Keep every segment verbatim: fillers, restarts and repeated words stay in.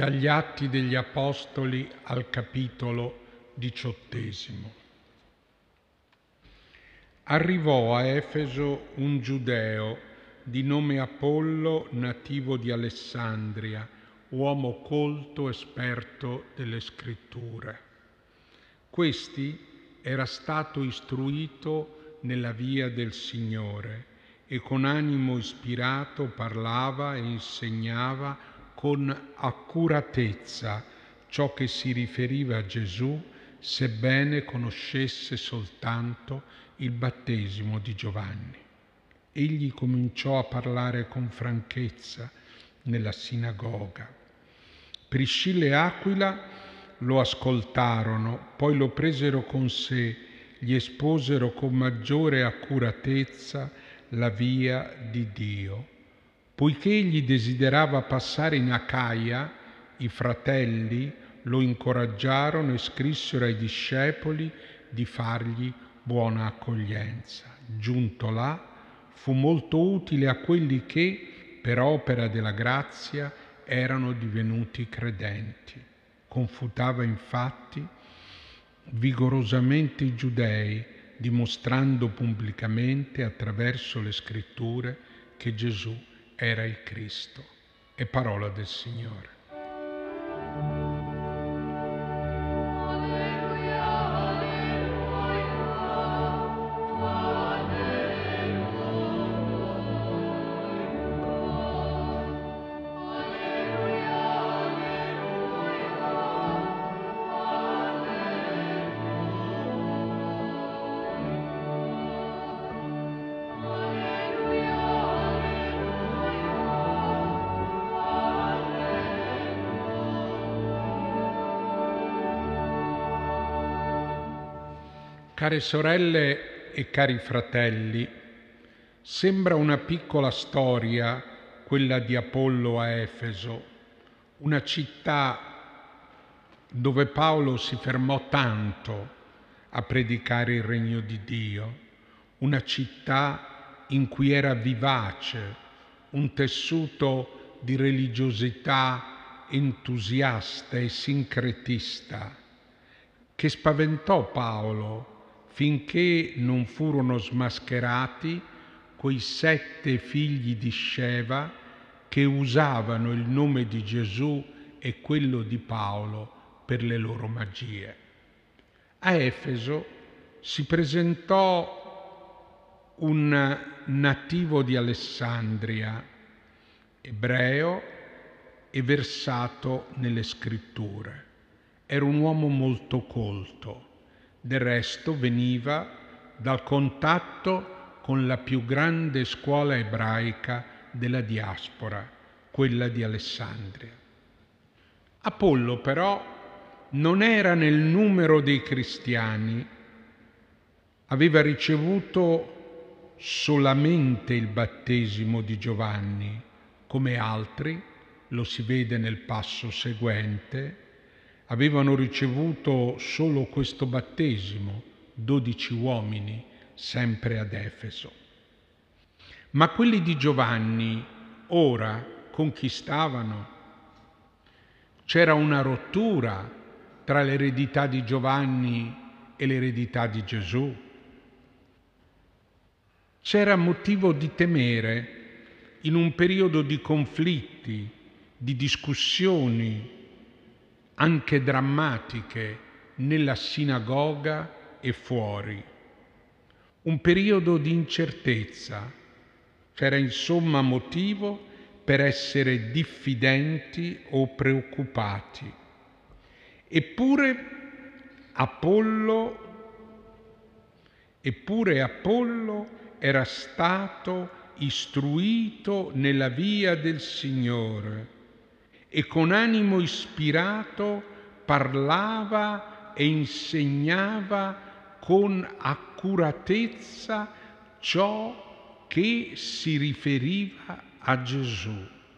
Dagli Atti degli Apostoli al capitolo diciottesimo. Arrivò a Efeso un giudeo di nome Apollo, nativo di Alessandria, uomo colto, esperto delle scritture. Questi era stato istruito nella via del Signore e con animo ispirato parlava e insegnava con accuratezza ciò che si riferiva a Gesù, sebbene conoscesse soltanto il battesimo di Giovanni. Egli cominciò a parlare con franchezza nella sinagoga. Priscilla e Aquila lo ascoltarono, poi lo presero con sé, gli esposero con maggiore accuratezza la via di Dio. Poiché egli desiderava passare in Acaia, i fratelli lo incoraggiarono e scrissero ai discepoli di fargli buona accoglienza. Giunto là, fu molto utile a quelli che, per opera della grazia, erano divenuti credenti. Confutava infatti vigorosamente i giudei, dimostrando pubblicamente attraverso le scritture che Gesù era il Cristo. È parola del Signore. Care sorelle e cari fratelli, sembra una piccola storia quella di Apollo a Efeso, una città dove Paolo si fermò tanto a predicare il regno di Dio, una città in cui era vivace un tessuto di religiosità entusiasta e sincretista che spaventò Paolo finché non furono smascherati quei sette figli di Sceva che usavano il nome di Gesù e quello di Paolo per le loro magie. A Efeso si presentò un nativo di Alessandria, ebreo e versato nelle scritture. Era un uomo molto colto. Del resto veniva dal contatto con la più grande scuola ebraica della diaspora, quella di Alessandria. Apollo però non era nel numero dei cristiani, aveva ricevuto solamente il battesimo di Giovanni, come altri, lo si vede nel passo seguente, avevano ricevuto solo questo battesimo, dodici uomini, sempre ad Efeso. Ma quelli di Giovanni ora conquistavano. C'era una rottura tra l'eredità di Giovanni e l'eredità di Gesù. C'era motivo di temere in un periodo di conflitti, di discussioni, anche drammatiche, nella sinagoga e fuori. Un periodo di incertezza. C'era insomma motivo per essere diffidenti o preoccupati. Eppure Apollo, eppure Apollo era stato istruito nella via del Signore e con animo ispirato parlava e insegnava con accuratezza ciò che si riferiva a Gesù.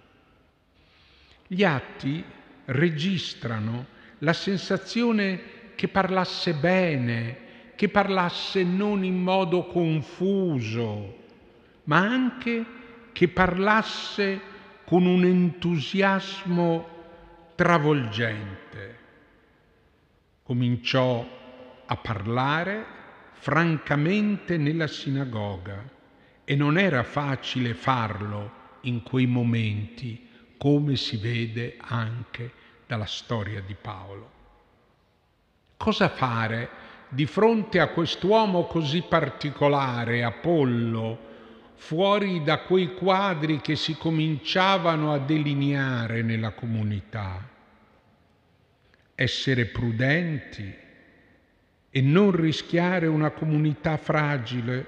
Gli atti registrano la sensazione che parlasse bene, che parlasse non in modo confuso, ma anche che parlasse con un entusiasmo travolgente. Cominciò a parlare francamente nella sinagoga e non era facile farlo in quei momenti, come si vede anche dalla storia di Paolo. Cosa fare di fronte a quest'uomo così particolare, Apollo, fuori da quei quadri che si cominciavano a delineare nella comunità? Essere prudenti e non rischiare una comunità fragile,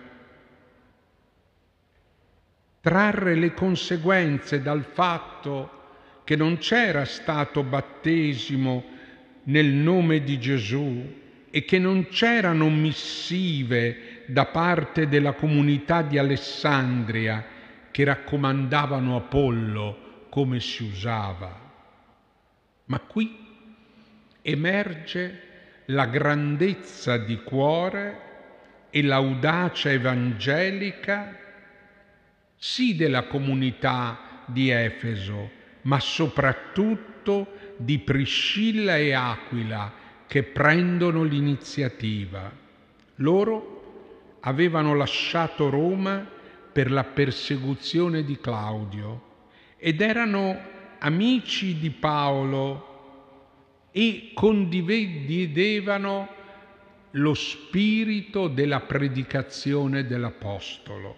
trarre le conseguenze dal fatto che non c'era stato battesimo nel nome di Gesù e che non c'erano missive da parte della comunità di Alessandria che raccomandavano Apollo come si usava. Ma qui emerge la grandezza di cuore e l'audacia evangelica sì della comunità di Efeso, ma soprattutto di Priscilla e Aquila, che prendono l'iniziativa. Loro avevano lasciato Roma per la persecuzione di Claudio ed erano amici di Paolo e condividevano lo spirito della predicazione dell'Apostolo.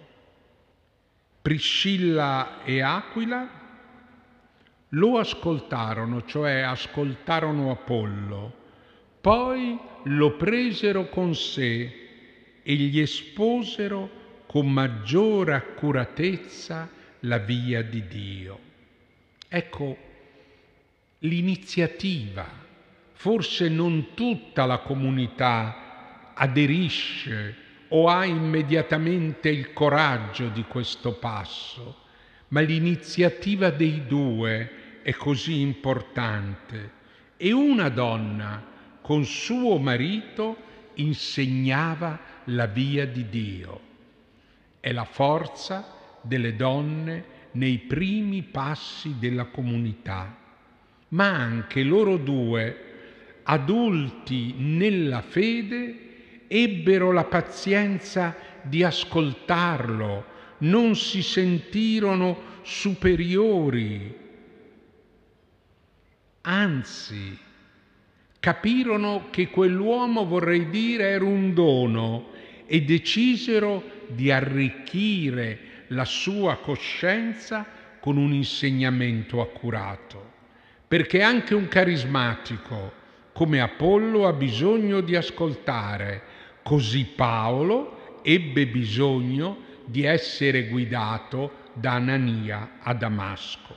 Priscilla e Aquila lo ascoltarono, cioè ascoltarono Apollo, poi lo presero con sé e gli esposero con maggiore accuratezza la via di Dio. Ecco l'iniziativa. Forse non tutta la comunità aderisce o ha immediatamente il coraggio di questo passo, ma l'iniziativa dei due è così importante. E una donna con suo marito insegnava la via di Dio. È la forza delle donne nei primi passi della comunità, ma anche loro due, adulti nella fede, ebbero la pazienza di ascoltarlo, non si sentirono superiori, anzi capirono che quell'uomo, vorrei dire, era un dono e decisero di arricchire la sua coscienza con un insegnamento accurato, perché anche un carismatico come Apollo ha bisogno di ascoltare, così Paolo ebbe bisogno di essere guidato da Anania a Damasco.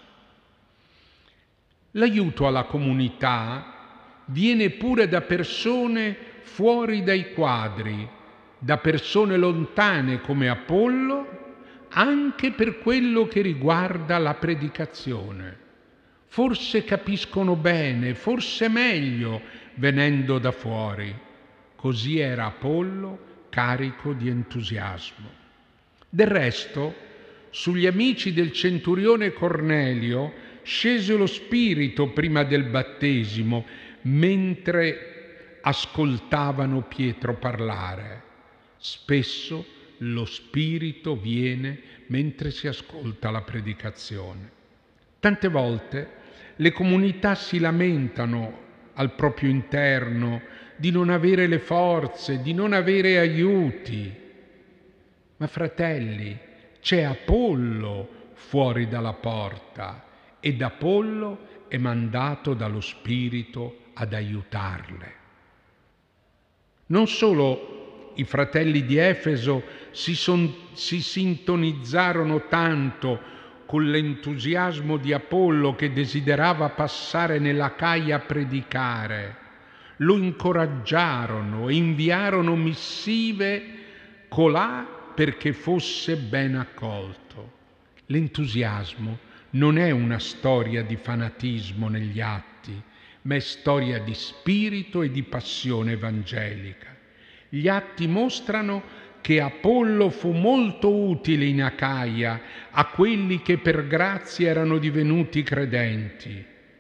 L'aiuto alla comunità viene pure da persone fuori dai quadri, da persone lontane come Apollo, anche per quello che riguarda la predicazione. Forse capiscono bene, forse meglio venendo da fuori. Così era Apollo, carico di entusiasmo. Del resto, sugli amici del centurione Cornelio scese lo Spirito prima del battesimo, mentre ascoltavano Pietro parlare. Spesso lo Spirito viene mentre si ascolta la predicazione. Tante volte le comunità si lamentano al proprio interno di non avere le forze, di non avere aiuti. Ma fratelli, c'è Apollo fuori dalla porta ed Apollo è mandato dallo Spirito ad aiutarle. Non solo i fratelli di Efeso si, son, si sintonizzarono tanto con l'entusiasmo di Apollo che desiderava passare nell'Acaia a predicare, lo incoraggiarono e inviarono missive colà perché fosse ben accolto. L'entusiasmo non è una storia di fanatismo negli atti, ma è storia di spirito e di passione evangelica. Gli atti mostrano che Apollo fu molto utile in Acaia a quelli che per grazia erano divenuti credenti.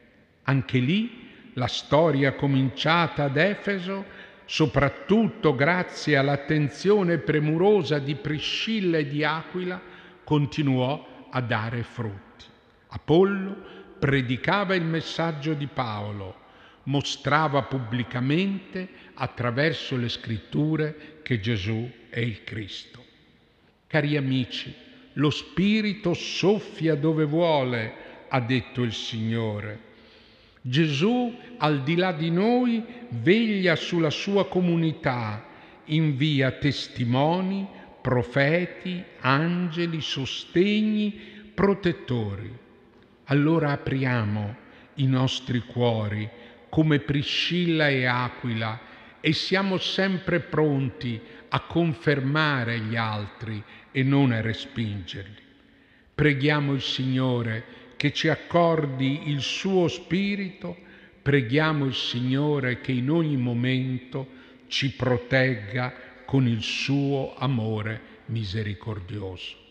Anche lì la storia cominciata ad Efeso, soprattutto grazie all'attenzione premurosa di Priscilla e di Aquila, continuò a dare frutti. Apollo predicava il messaggio di Paolo, mostrava pubblicamente attraverso le scritture che Gesù è il Cristo. Cari amici, lo Spirito soffia dove vuole, ha detto il Signore. Gesù, al di là di noi, veglia sulla sua comunità, invia testimoni, profeti, angeli, sostegni, protettori. Allora apriamo i nostri cuori come Priscilla e Aquila e siamo sempre pronti a confermare gli altri e non a respingerli. Preghiamo il Signore che ci accordi il suo Spirito, preghiamo il Signore che in ogni momento ci protegga con il suo amore misericordioso.